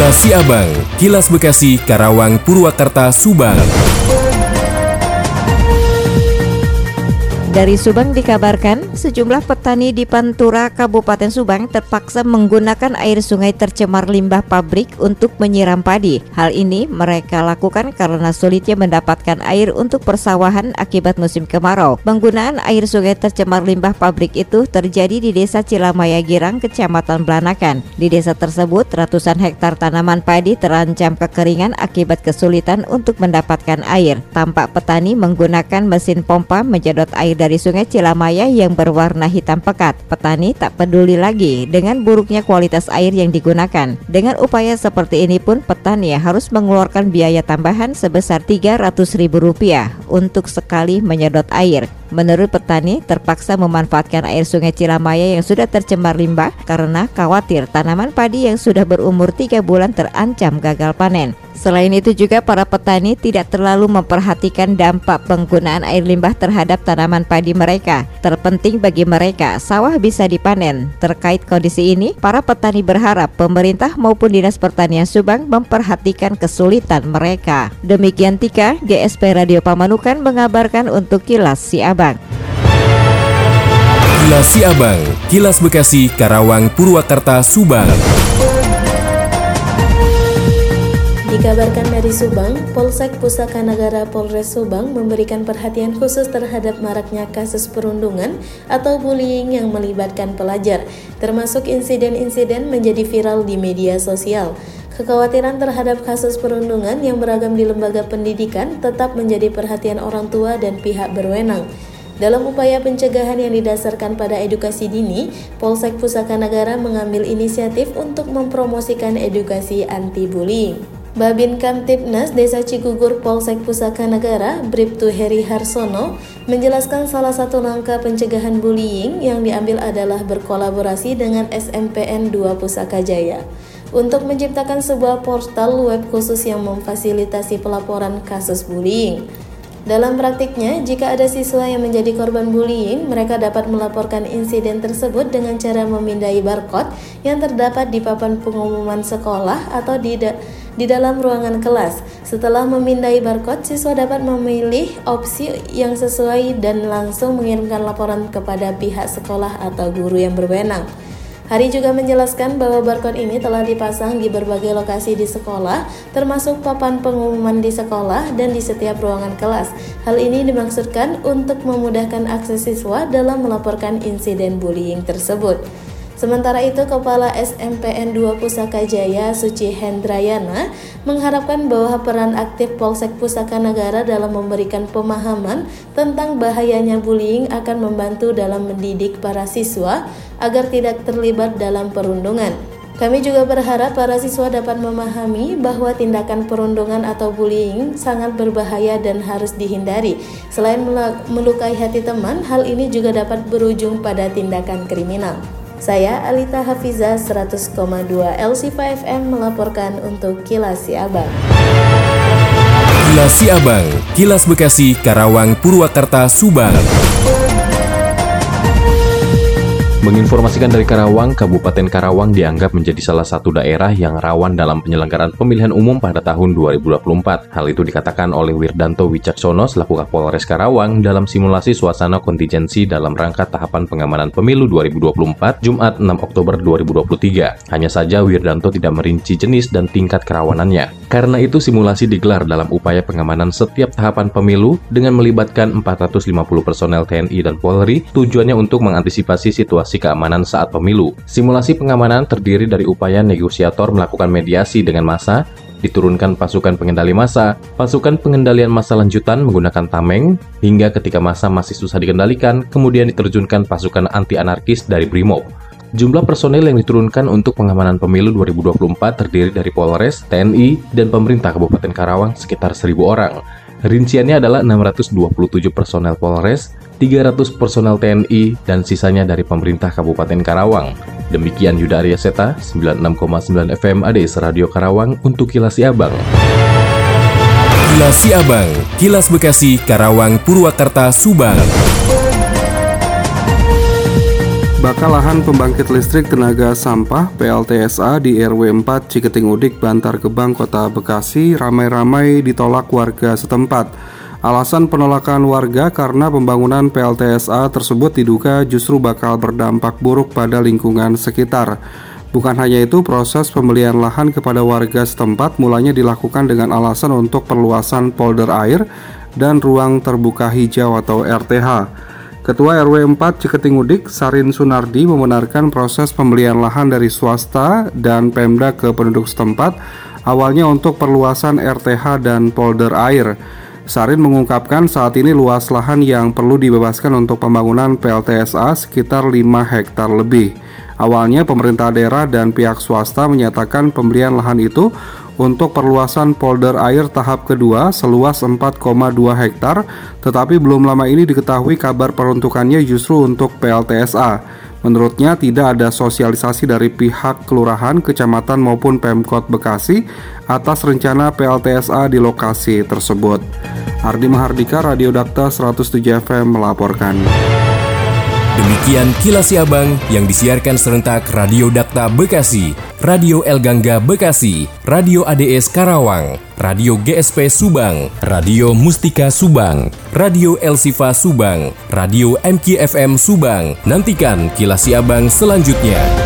Kilas Siabang, Kilas Bekasi, Karawang, Purwakarta, Subang. Dari Subang dikabarkan, sejumlah petani di Pantura, Kabupaten Subang terpaksa menggunakan air sungai tercemar limbah pabrik untuk menyiram padi. Hal ini mereka lakukan karena sulitnya mendapatkan air untuk persawahan akibat musim kemarau. Penggunaan air sungai tercemar limbah pabrik itu terjadi di Desa Cilamaya Girang, Kecamatan Blanakan. Di desa tersebut, ratusan hektar tanaman padi terancam kekeringan akibat kesulitan untuk mendapatkan air. Tampak petani menggunakan mesin pompa menjedot air dari sungai Cilamaya yang berwarna hitam pekat. Petani tak peduli lagi dengan buruknya kualitas air yang digunakan. Dengan upaya seperti ini pun petani harus mengeluarkan biaya tambahan sebesar Rp300.000 untuk sekali menyedot air. Menurut petani, terpaksa memanfaatkan air sungai Cilamaya yang sudah tercemar limbah karena khawatir tanaman padi yang sudah berumur 3 bulan terancam gagal panen. Selain itu juga para petani tidak terlalu memperhatikan dampak penggunaan air limbah terhadap tanaman padi mereka. Terpenting bagi mereka, sawah bisa dipanen. Terkait kondisi ini, para petani berharap pemerintah maupun Dinas Pertanian Subang memperhatikan kesulitan mereka. Demikian Tika, GSP Radio Pamanukan mengabarkan untuk Kilas Siabang. Kilas Siabang, Kilas Bekasi, Karawang, Purwakarta, Subang. Dikabarkan dari Subang, Polsek Pusaka Nagara Polres Subang memberikan perhatian khusus terhadap maraknya kasus perundungan atau bullying yang melibatkan pelajar, termasuk insiden-insiden menjadi viral di media sosial. Kekhawatiran terhadap kasus perundungan yang beragam di lembaga pendidikan tetap menjadi perhatian orang tua dan pihak berwenang. Dalam upaya pencegahan yang didasarkan pada edukasi dini, Polsek Pusaka Nagara mengambil inisiatif untuk mempromosikan edukasi anti-bullying. Babin Kamtibnas Desa Cigugur Polsek Pusaka Nagara, Bribtu Heri Harsono, menjelaskan salah satu langkah pencegahan bullying yang diambil adalah berkolaborasi dengan SMPN 2 Pusaka Jaya untuk menciptakan sebuah portal web khusus yang memfasilitasi pelaporan kasus bullying. Dalam praktiknya, jika ada siswa yang menjadi korban bullying, mereka dapat melaporkan insiden tersebut dengan cara memindai barcode yang terdapat di papan pengumuman sekolah atau di dalam ruangan kelas. Setelah memindai barcode, siswa dapat memilih opsi yang sesuai dan langsung mengirimkan laporan kepada pihak sekolah atau guru yang berwenang. Hari juga menjelaskan bahwa barcode ini telah dipasang di berbagai lokasi di sekolah, termasuk papan pengumuman di sekolah dan di setiap ruangan kelas. Hal ini dimaksudkan untuk memudahkan akses siswa dalam melaporkan insiden bullying tersebut. Sementara itu, Kepala SMPN 2 Pusaka Jaya, Suci Hendrayana, mengharapkan bahwa peran aktif Polsek Pusaka Nagara dalam memberikan pemahaman tentang bahayanya bullying akan membantu dalam mendidik para siswa agar tidak terlibat dalam perundungan. Kami juga berharap para siswa dapat memahami bahwa tindakan perundungan atau bullying sangat berbahaya dan harus dihindari. Selain melukai hati teman, hal ini juga dapat berujung pada tindakan kriminal. Saya Alita Hafiza 100,2 LC5 FM melaporkan untuk Kilas Siabang. Kilas Siabang, Kilas Bekasi, Karawang, Purwakarta, Subang. Menginformasikan dari Karawang, Kabupaten Karawang dianggap menjadi salah satu daerah yang rawan dalam penyelenggaraan pemilihan umum pada tahun 2024. Hal itu dikatakan oleh Wirdanto Wicaksono selaku Kapolres Karawang dalam simulasi suasana kontingensi dalam rangka tahapan pengamanan pemilu 2024 Jumat 6 Oktober 2023. Hanya saja Wirdanto tidak merinci jenis dan tingkat kerawanannya. Karena itu simulasi digelar dalam upaya pengamanan setiap tahapan pemilu dengan melibatkan 450 personel TNI dan Polri, tujuannya untuk mengantisipasi situasi keamanan saat pemilu. Simulasi pengamanan terdiri dari upaya negosiator melakukan mediasi dengan massa, diturunkan pasukan pengendali massa, pasukan pengendalian massa lanjutan menggunakan tameng, hingga ketika massa masih susah dikendalikan, kemudian diterjunkan pasukan anti-anarkis dari Brimob. Jumlah personel yang diturunkan untuk pengamanan pemilu 2024 terdiri dari Polres, TNI, dan pemerintah Kabupaten Karawang sekitar 1.000 orang. Rinciannya adalah 627 personel Polres, 300 personel TNI, dan sisanya dari pemerintah Kabupaten Karawang. Demikian Yuda Arya Seta, 96,9 FM ADS Radio Karawang untuk Kilas Siabang. Kilas Siabang, Kilas Bekasi, Karawang, Purwakarta, Subang. Bakal lahan pembangkit listrik tenaga sampah PLTSA di RW 4 Ciketing Udik, Bantar Gebang, Kota Bekasi ramai-ramai ditolak warga setempat. Alasan penolakan warga karena pembangunan PLTSA tersebut diduga justru bakal berdampak buruk pada lingkungan sekitar. Bukan hanya itu, proses pembelian lahan kepada warga setempat mulanya dilakukan dengan alasan untuk perluasan polder air dan ruang terbuka hijau atau RTH. Ketua RW 4 Ciketing Udik, Sarin Sunardi, membenarkan proses pembelian lahan dari swasta dan Pemda ke penduduk setempat awalnya untuk perluasan RTH dan polder air. Sarin mengungkapkan saat ini luas lahan yang perlu dibebaskan untuk pembangunan PLTSA sekitar 5 hektar lebih. Awalnya pemerintah daerah dan pihak swasta menyatakan pembelian lahan itu untuk perluasan polder air tahap kedua seluas 4,2 hektar, tetapi belum lama ini diketahui kabar peruntukannya justru untuk PLTSA. Menurutnya tidak ada sosialisasi dari pihak kelurahan, kecamatan maupun Pemkot Bekasi atas rencana PLTSA di lokasi tersebut. Ardi Mahardika, Radio Dakta 107 FM melaporkan. Demikian Kilas Siabang yang disiarkan serentak Radio Dakta Bekasi, Radio El Gangga Bekasi, Radio ADS Karawang, Radio GSP Subang, Radio Mustika Subang, Radio El Sifa Subang, Radio MKFM Subang. Nantikan Kilas Siabang selanjutnya.